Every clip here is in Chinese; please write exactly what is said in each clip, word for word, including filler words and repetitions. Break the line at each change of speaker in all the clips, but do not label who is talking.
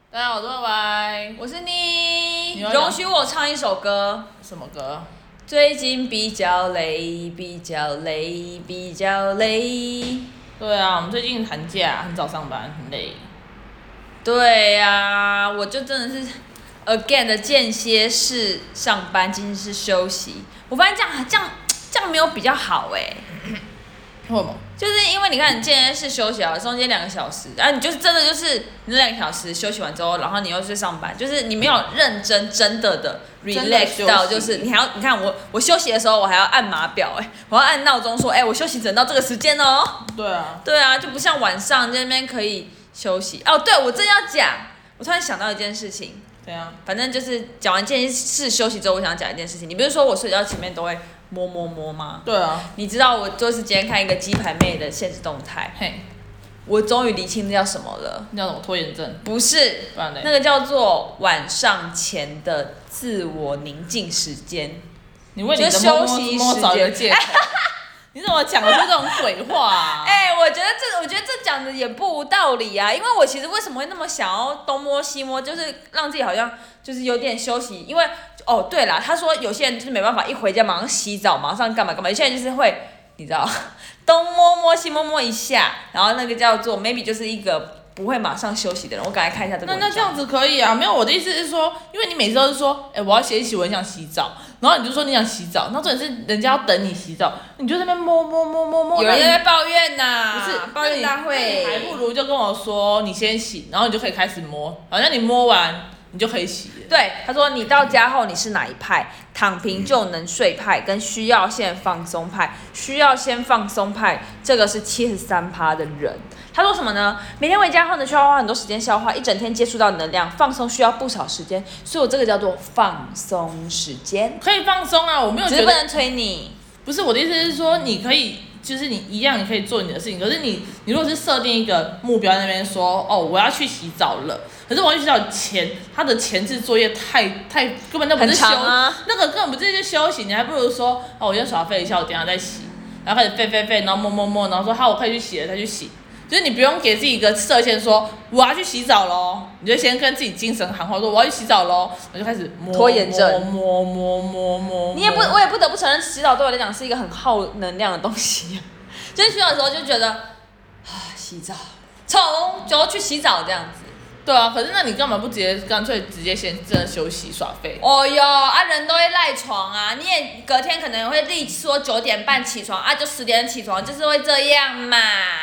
大家好，我是拜拜，
我是你，
你
容许我唱一首歌。
什么歌？
最近比较累，比较累，比较累。
对啊，我们最近寒假，很早上班，很累。
对呀、啊，我就真的是 again 的间歇式上班，今天是休息。我发现这样这样这样没有比较好哎、欸。
为什么？
就是因为你看你今天是休息啊，中间两个小时，然、啊、后你就是真的就是那两个小时休息完之后，然后你又去上班，就是你没有认真真的的 relax 到，就是你还要你看我我休息的时候我还要按码表哎、欸，我要按闹钟说哎、欸、我休息只能到这个时间哦。
对啊。
对啊，就不像晚上在那边可以休息哦。对，我正要讲，我突然想到一件事情。
怎样？
反正就是讲完这件事休息之后，我想讲一件事情。你不是说我睡觉前面都会摸摸摸吗？
对啊。
你知道我就是今天看一个鸡排妹的现实动态，
嘿，
我终于理清那叫什么了。
那叫什么拖延症？
不是，那个叫做晚上前的自我宁静时间。
你为你的摸摸摸找一个借口。你怎么讲得出这种鬼话啊？
哎、欸，我觉得这，我觉得这讲的也不无道理啊。因为我其实为什么会那么想要东摸西摸，就是让自己好像就是有点休息。因为哦，对啦，他说有些人就是没办法一回家马上洗澡，马上干嘛干嘛。有些人就是会，你知道，东摸摸西摸摸一下，然后那个叫做 maybe 就是一个不会马上休息的人。我赶快看一下这个文章。
那那这样子可以啊，没有我的意思是说，因为你每次都是说，哎、欸，我要洗一洗，我很想洗澡。然后你就说你想洗澡，那重点是人家要等你洗澡，你就在那边摸摸摸摸摸。
有人在抱怨呐、啊，
不是
抱怨大会。
你还不如就跟我说你先洗，然后你就可以开始摸，好像你摸完你就可以洗了。
对，他说你到家后你是哪一派？躺平就能睡派，跟需要先放松派。需要先放松派，这个是七十三趴的人。他说什么呢？每天回家后呢，需要花很多时间消化，一整天接触到能量，放松需要不少时间，所以我这个叫做放松时间。
可以放松啊，我没有觉得。
只是不能催你。
不是我的意思是说，你可以，就是你一样，你可以做你的事情。可是你，你如果是设定一个目标，那边说，哦，我要去洗澡了。可是我要去洗澡前，他的前置作业太太根本都不是休，
啊、
那个根本不是一休息，你还不如说，哦，我先耍废一下，我等一下再洗，然后开始废废废，然后摸摸摸，然后说好，我可以去洗了，再去洗。就是你不用给自己一个设限说，说我要去洗澡喽，你就先跟自己精神喊话说我要去洗澡喽，我就开始摸
拖延症，
摸摸摸摸。
你也不，我也不得不承认，洗澡对我来讲是一个很耗能量的东西。就是洗澡的时候就觉得，啊，洗澡，冲就要去洗澡这样子。
对啊，可是那你干嘛不直接干脆直接先真的休息耍废？
哦哟，啊人都会赖床啊，你也隔天可能会立说九点半起床啊，就十点起床，就是会这样嘛。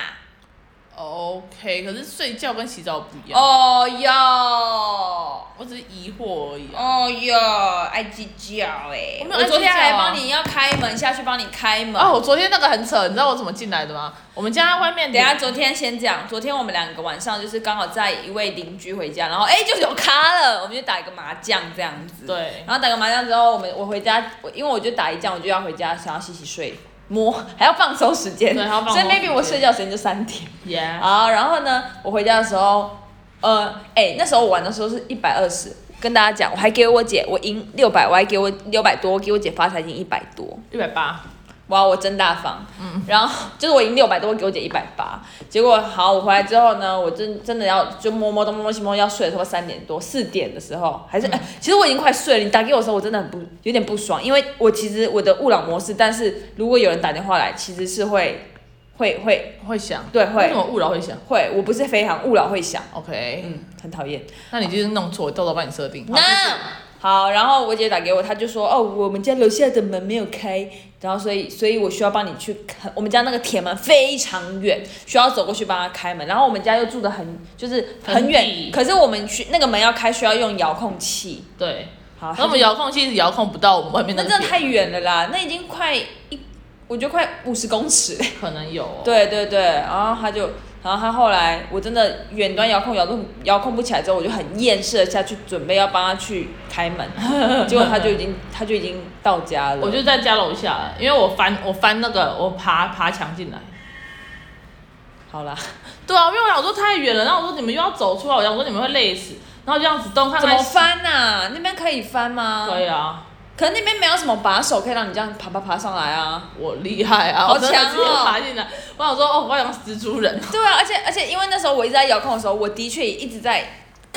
OK， 可是睡觉跟洗澡不一样。
哦哟，
我只是疑惑而已、啊。
哦哟，爱计较哎！我, 我昨天还帮你要开门下去帮你开门。
哦，我昨天那个很扯，你知道我怎么进来的吗？我们家外面。
等一下，昨天先讲，昨天我们两个晚上就是刚好在一位邻居回家，然后哎、欸、就有咖了，我们就打一个麻将这样子。
对。
然后打个麻将之后，我们我回家，我因为我就打一将，我就要回家，想要洗洗睡。摸还要放松时间，
对，还要放松。
所以 maybe 我睡觉时间就三点。
Yeah。
好，然后呢，我回家的时候，呃，哎、欸，那时候我玩的时候是一百二十，跟大家讲，我还给我姐，我赢六百，我还给我六百多，给我姐发财金一百多，
一百八。
哇，我真大方。嗯。然后就是我赢六百多，给我姐一百八。结果好，我回来之后呢，我真真的要就摸摸东摸西摸，要睡的时候三点多四点的时候，还是哎、嗯欸，其实我已经快睡了。你打给我的时候，我真的很不有点不爽，因为我其实我的勿扰模式，但是如果有人打电话来，其实是会会会
会响。
对，会。
为什么勿扰会响？
会，我不是飞行，勿扰会响。
OK。
嗯，很讨厌。
那你就是弄错，豆豆帮你设定。
那好，然后我姐打给我，她就说哦，我们家楼下的门没有开，然后所以所以我需要帮你去开，我们家那个铁门非常远，需要走过去帮他开门。然后我们家又住得很就是很远，可是我们去那个门要开需要用遥控器。
对。
好，
那我们遥控器是遥控不到我们外面那个。
那真的太远了啦，那已经快一，我觉得快五十公尺。
可能有、哦。
对对对，然后他就。然后他后来，我真的远端遥控遥控遥控不起来之后，我就很厌世的下去准备要帮他去开门，结果他就已经他就已经到家了。
我就在家楼下了，因为我翻我翻那个我爬爬墙进来。
好啦，
对啊，因为我想说太远了，然后我说你们又要走出来，我想说你们会累死，然后这样子东看看。
怎么翻啊？那边可以翻吗？
可以啊。
可是那边没有什么把手可以让你这样爬爬爬上来啊！
我厉害啊！
好强哦！
我直接爬进来，我想说哦，我要像蜘蛛人。
对啊，而且而且因为那时候我一直在遥控的时候，我的确也一直在看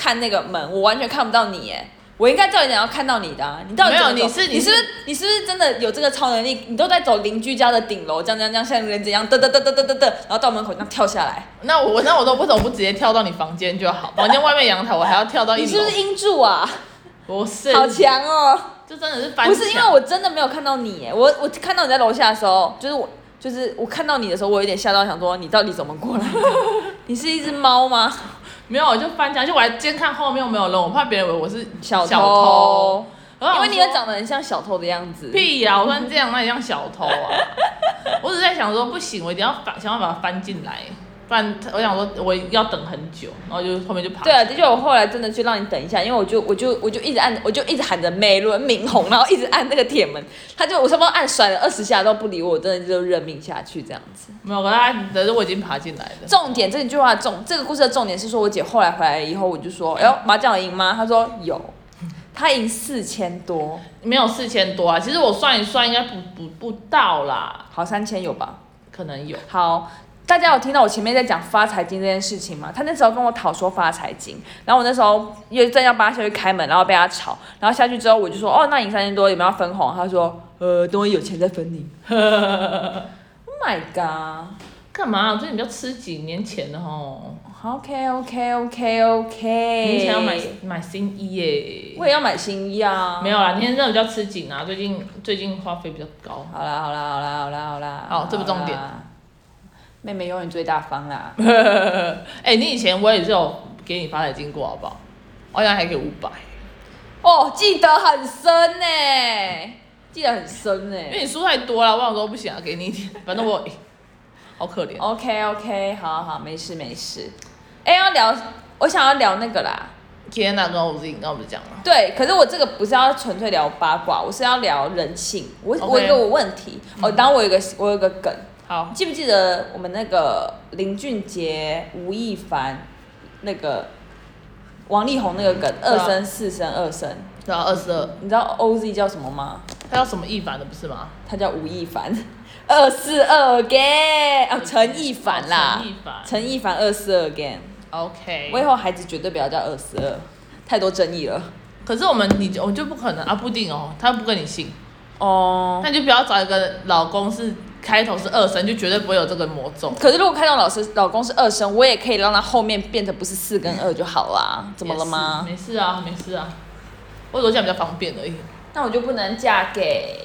看那个门，我完全看不到你哎。我应该照理讲要看到你的啊，你到底怎么走？
没有，你是
你是不是你是不是真的有这个超能力？你都在走邻居家的顶楼，这样这样这样像人子一样，嘚嘚嘚嘚嘚嘚嘚，然后到门口这样跳下来。
那我那我都为什么不直接跳到你房间就好？房间外面阳台我还要跳到一楼？
你是不是阴柱啊？
不是，
好强哦！
这真的是翻墙。
不是因为我真的没有看到你哎，我我看到你在楼下的时候，就是我就是我看到你的时候，我有点吓到，想说你到底怎么过来的？你是一只猫吗？
没有，我就翻墙，就我还监看后面有没有人，我怕别人以为我是
小偷。
小偷
因为你也长得很像小偷的样子。
屁呀、啊！我穿这样，那也像小偷啊！我只是在想说，不行，我一定要翻，想办法翻进来，不然我想说我要等很久，然后就后面就爬。
对啊，的确，我后来真的去让你等一下，因为我就我就我就一直按，我就一直喊着美轮明宏，然后一直按那个铁门，他就我差不多按甩了二十下都不理我，我真的就认命下去这样子。
没有，可是可是我已经爬进来了。
重点这句话的重，这个故事的重点是说，我姐后来回来以后，我就说，哎呦，麻将有赢吗？她说有。他赢四千多，
没有四千多啊！其实我算一算，应该不不不到啦。
好，三千有吧？
可能有。
好，大家有听到我前面在讲发财金这件事情吗？他那时候跟我讨说发财金，然后我那时候因为正要帮他下去开门，然后被他吵，然后下去之后我就说，哦，那赢三千多有没有要分红？他说，呃，等我有钱再分你。Oh my god！
干嘛？我最近比较吃紧，年前的吼。
OK OK OK OK。
年前要买买新衣耶。
我也要买新衣啊。
没有啦，年前真的比较吃紧啊，最近最近花费比较高。
好啦好啦好啦好啦好啦。
好，这不重点。
妹妹永远最大方啦。
哎、欸，你以前我也是有给你发财金过，好不好？我好像还给五百。
哦，记得很深呢，记得很深呢。
因为你输太多了，我想说不行啊，给你一点，反正我。好可怜。
OK OK， 好好，没事没事。哎、欸，要聊，我想要聊那个啦。
天哪，跟我自己刚刚不是讲了？
对，可是我这个不是要纯粹聊八卦，我是要聊人性。我、okay. 我有一个我问题，嗯、哦，当我有一个我有一个梗。
好。
记不记得我们那个林俊杰、吴亦凡、那个王力宏那个梗，二声、四声、二声。
对啊，二十二。
你知道 O Z 叫什么吗？
他叫什么亦凡的不是吗？
他叫吴亦凡。二四二 again， 哦，陈亦凡啦，
陈亦凡，
陈亦凡二四二 again。OK。我以后孩子绝对不要叫二四二，太多争议了。
可是我们你我就不可能啊，不一定哦，他不跟你姓。
哦。
那你就不要找一个老公是开头是二声，就绝对不会有这个魔咒。
可是如果开头老师老公是二声，我也可以让他后面变成不是四跟二就好啦，怎么了吗？
没事啊，没事啊，我只是想比较方便而已。
那我就不能嫁给。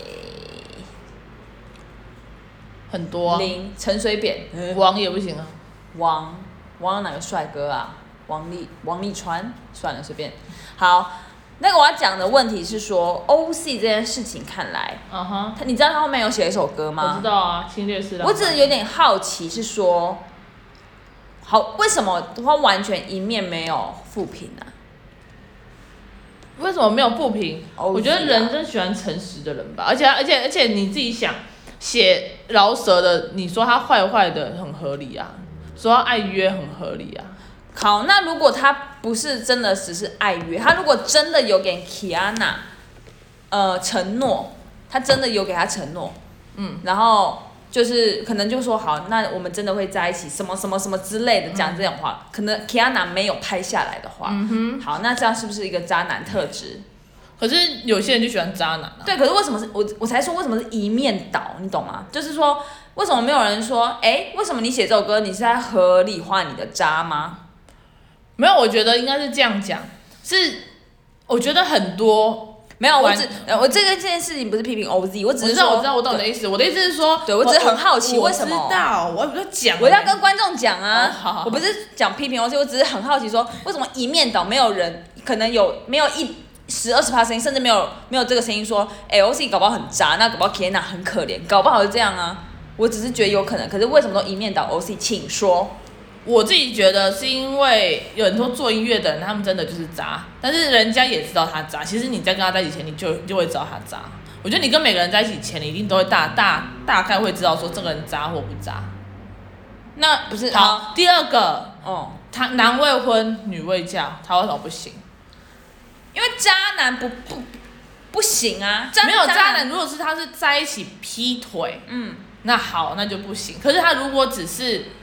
很多、啊。
林陈水扁。
王也不行啊。
王，王有哪个帅哥啊？王力王力川，算了，随便。好，那个我要讲的问题是说 ，O C 这件事情看来，
嗯哼，
他你知道他后面有写一首歌吗？
我知道啊，侵略式。
我只是有点好奇，是说，好，为什么他完全一面没有负评啊？
为什么没有负评？
O Z 啊、
我觉得人真喜欢诚实的人吧，而且而且而且你自己想。写饶舌的，你说他坏坏的很合理啊，说他爱约很合理啊。
好，那如果他不是真的只是爱约，他如果真的有给 Kiana 呃承诺，他真的有给他承诺，嗯，然后就是可能就说好，那我们真的会在一起，什么什么什么之类的讲这种话，嗯、可能 Kiana 没有拍下来的话，嗯哼，好，那这样是不是一个渣男特质？
可是有些人就喜欢渣男啊。
对，可是为什么是我我才说为什么是一面倒，你懂吗？就是说为什么没有人说，哎，为什么你写这首歌，你是在合理化你的渣吗？
没有，我觉得应该是这样讲，是我觉得很多
没有，我只我这个这件事情不是批评 O Z， 我只是说
我知道我知道我懂你的意思，我的意思是说，
对我只是很好奇为什么。
我知道，我不是讲，
我要跟观众讲啊，
哦、好好好，
我不是讲批评 O Z， 我只是很好奇说为什么一面倒，没有人可能有没有一。十二十趴声音，甚至没有没有这个声音说，哎、欸、，O C 搞不好很渣，那搞不好 Kiana 很可怜，搞不好是这样啊。我只是觉得有可能，可是为什么都一面倒 ？O C， 请说。
我自己觉得是因为有很多做音乐的人，他们真的就是渣，但是人家也知道他渣。其实你在跟他在一起前，你就你就会知道他渣。我觉得你跟每个人在一起前，你一定都会大大大概会知道说这个人渣或不渣。
那不是
好。第二个，
哦，
他男未婚女未嫁，他为什么不行？
因为渣男不不不行啊，
没有渣男，如果是他是在一起劈腿，嗯，那好，那就不行。可是他如果只是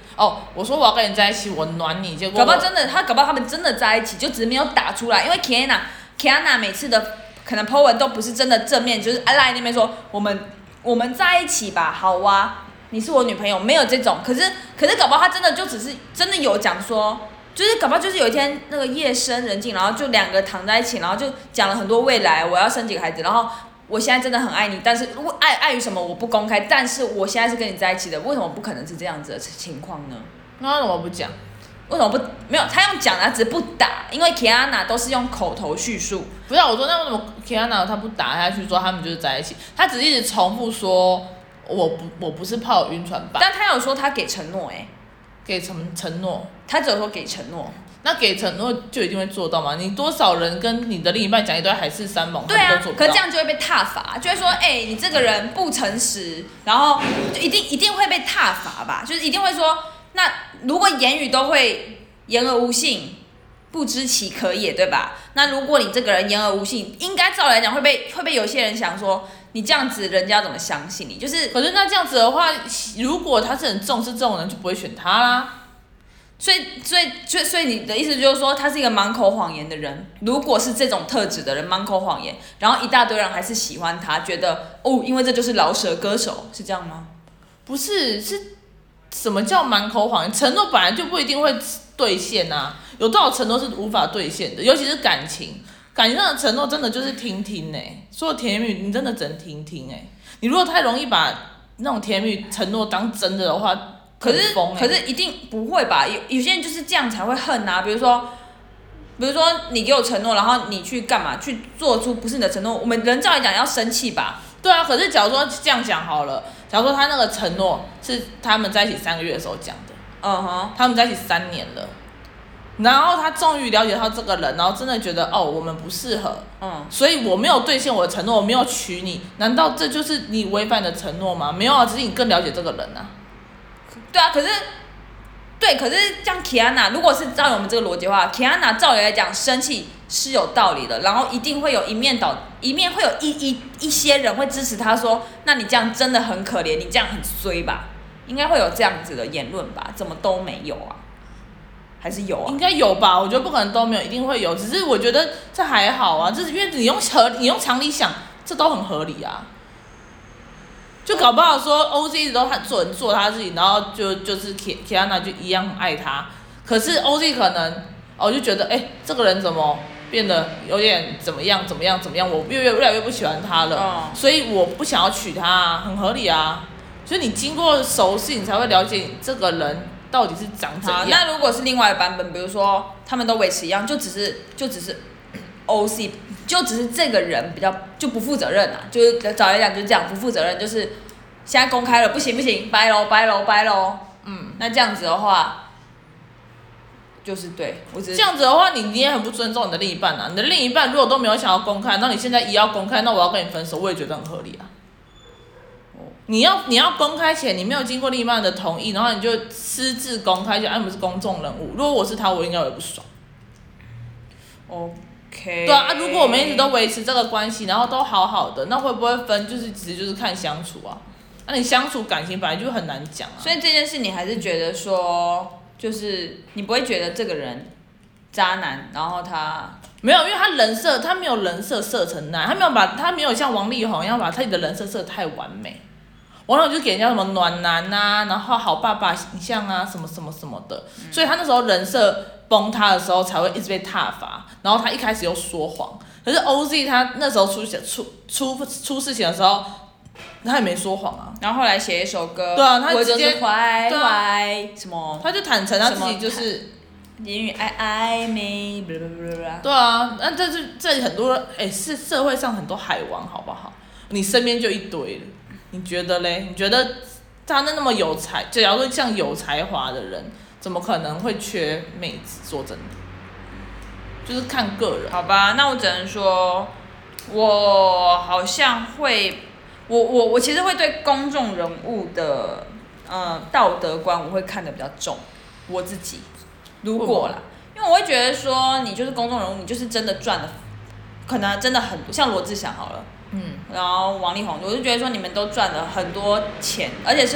哦，我说我要跟你在一起，我暖你，结果
搞不好真的，他搞不好他们真的在一起，就只是没有打出来。因为 Kiana Kiana 每次的可能 po 文都不是真的正面，就是赖那边说我们我们在一起吧，好啊，你是我女朋友，没有这种。可是可是搞不好他真的就只是真的有讲说，就是搞不好就是有一天那个夜深人静，然后就两个躺在一起，然后就讲了很多未来，我要生几个孩子，然后。我现在真的很爱你，但是如果爱爱于什么我不公开，但是我现在是跟你在一起的，为什么不可能是这样子的情况呢？
那他怎么不讲？
为什么不没有？他用讲的，他只是不打，因为 Kiana 都是用口头叙述。
不是、啊，我说那为什么 Kiana 他不打下去说他们就是在一起？他只一直重复说我不我不是泡晕船吧？
但他有说他给承诺，哎，
给什么承诺？
他只有说给承诺。
那给承诺就一定会做到吗？你多少人跟你的另一半讲一堆海誓山盟，
对啊，
都做不到。
可是这样就会被挞伐，就会说，哎、欸，你这个人不诚实，然后就一定一定会被挞伐吧，就是一定会说，那如果言语都会言而无信，不知其可也，对吧？那如果你这个人言而无信，应该照来讲会被会被有些人想说，你这样子人家怎么相信你？就是，
可是那这样子的话，如果他是很重视这种人，就不会选他啦。
所以，所以，所以，所以你的意思就是说，他是一个满口谎言的人。如果是这种特质的人，满口谎言，然后一大堆人还是喜欢他，觉得哦，因为这就是饶舌歌手，是这样吗？
不是，是什么叫满口谎言？承诺本来就不一定会兑现啊，有多少承诺是无法兑现的？尤其是感情，感情上的承诺真的就是听听哎，所有甜言蜜语你真的只能听听哎。你如果太容易把那种甜言蜜语承诺当真的的话，
可是，
欸、
可是一定不会吧？有有些人就是这样才会恨啊。比如说，比如说你给我承诺，然后你去干嘛？去做出不是你的承诺，我们人照理讲要生气吧？
对啊。可是假如说这样讲好了，假如说他那个承诺是他们在一起三个月的时候讲的，
嗯哼，
他们在一起三年了，然后他终于了解到这个人，然后真的觉得哦，我们不适合，嗯，所以我没有兑现我的承诺，我没有娶你，难道这就是你违反的承诺吗？没有啊，只是你更了解这个人啊。
对啊，可是，对，可是像 Kiana， 如果是照我们这个逻辑的话 ，Kiana 照理来讲生气是有道理的，然后一定会有一面倒，一面会有一一一些人会支持他说，那你这样真的很可怜，你这样很衰吧？应该会有这样子的言论吧？怎么都没有啊？还是有啊？
应该有吧？我觉得不可能都没有，一定会有，只是我觉得这还好啊，这是因为你用合，你用常理想，这都很合理啊。就搞不好说 O Z 一直都他做做他自己，然后就就是 Kiana 就一样很爱他，可是 O Z 可能我就觉得哎、欸、这个人怎么变得有点怎么样怎么样怎么样，我越越越来越不喜欢他了，嗯、所以我不想要娶她、啊，很合理啊。所以你经过熟悉，你才会了解这个人到底是长怎样。
那如果是另外的版本，比如说他们都维持一样，就只是就只是 O C。就只是这个人比较就不负责任啊，就是早来讲就是这样不负责任，就是现在公开了不行不行，拜喽拜喽拜喽，嗯，那这样子的话，就是对我只是
这样子的话，你你也很不尊重你的另一半啊。你的另一半如果都没有想要公开，那你现在也要公开，那我要跟你分手，我也觉得很合理啊。你要你要公开前，你没有经过另一半的同意，然后你就私自公开，就啊你不是公众人物。如果我是他，我应该会不爽。
哦。Okay.
对啊，如果我们一直都维持这个关系，然后都好好的，那会不会分？就是其实就是看相处啊。那、啊、你相处感情本来就很难讲啊。
所以这件事你还是觉得说，就是你不会觉得这个人渣男，然后他
没有，因为他人设他没有人设设成那样，他没有把他没有像王力宏一样把他的人设设太完美。王力宏就给人家什么暖男啊，然后好爸爸形象啊，什么什么什么的，嗯、所以他那时候人设崩塌的时候才会一直被挞伐，然后他一开始又说谎，可是 O Z 他那时候出出出出事情的时候，他也没说谎啊，
然后后来写一首歌，
对啊，他直接
坏坏、
啊、
什么，
他就坦诚他自己就是
言语暧暧昧，
对啊，那这是这里很多哎、欸、是社会上很多海王好不好？你身边就一堆了，你觉得嘞？你觉得他那那么有才，假如说像有才华的人，怎么可能会缺妹子？说真的，就是看个人。
好吧，那我只能说，我好像会，我我我其实会对公众人物的呃道德观，我会看得比较重。我自己，如果啦，因为我会觉得说，你就是公众人物，你就是真的赚了，可能真的很多，像罗志祥好了。嗯，然后王力宏，我就觉得说你们都赚了很多钱，而且是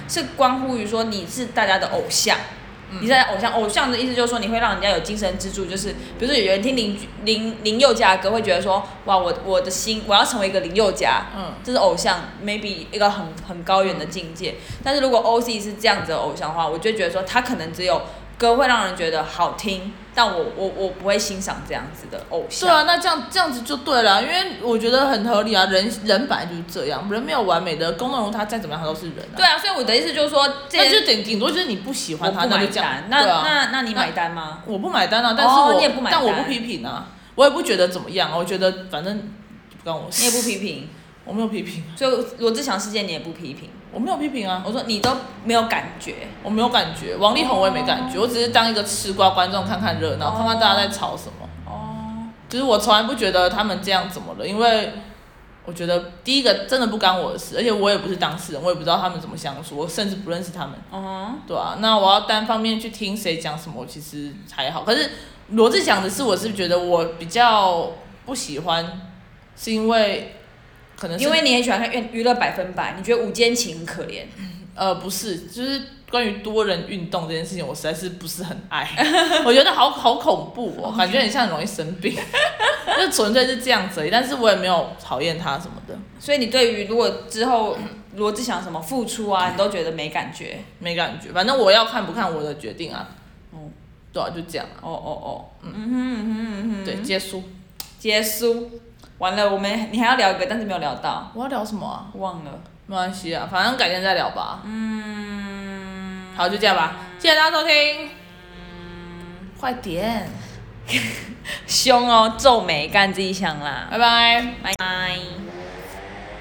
是关乎于说你是大家的偶像。
嗯、
你在偶像，偶像的意思就是说你会让人家有精神支柱，就是比如说有人听林林林宥嘉的歌，会觉得说哇，我我的心我要成为一个林宥嘉，嗯，这是偶像 maybe 一个很很高远的境界。但是如果 O Z 是这样子的偶像的话，我就觉得说他可能只有歌会让人觉得好听，但我我我不会欣赏这样子的偶像。
对啊，那这样这样子就对了，因为我觉得很合理啊，人人本来就是这样，人没有完美的，公众人物他再怎么样他都是人啊。
对啊，所以我的意思就是说，
那就顶顶多就是你不喜欢他，那就这样。
那
对啊、
那那你买单吗？
我不买单啊，但是我、
哦、你也不买单，
但我不批评啊，我也不觉得怎么样啊，我觉得反正不关我事。
你也不批评。
我没有批评，
所以罗志祥事件你也不批评，
我没有批评啊。
我说你都没有感觉，
我没有感觉。王力宏我也没感觉，我只是当一个吃瓜观众看看热闹，看看大家在吵什么。哦，就是我从来不觉得他们这样怎么了，因为我觉得第一个真的不干我的事，而且我也不是当事人，我也不知道他们怎么相处，我甚至不认识他们。嗯，对啊，那我要单方面去听谁讲什么，其实还好。可是罗志祥的事，我是觉得我比较不喜欢，是因为。可能是
因为你很喜欢看娱娱乐百分百，你觉得吴坚情很可怜？
呃，不是，就是关于多人运动这件事情，我实在是不是很爱，我觉得好好恐怖哦，感觉很像很容易生病，就纯粹是这样子而已。但是我也没有讨厌他什么的。
所以你对于如果之后罗志祥什么付出啊，你都觉得没感觉？
没感觉，反正我要看不看我的决定啊。哦，对啊，就这样、啊。
哦哦哦，嗯哼嗯哼嗯哼，
对，结束。
结束。完了，我们你还要聊一个，但是没有聊到。
我要聊什么啊？
忘了。
没关系啊，反正改天再聊吧。嗯。好，就这样吧。谢谢大家收听。嗯。快点。
凶哦，皱眉，干自己想啦。
拜拜。
拜拜。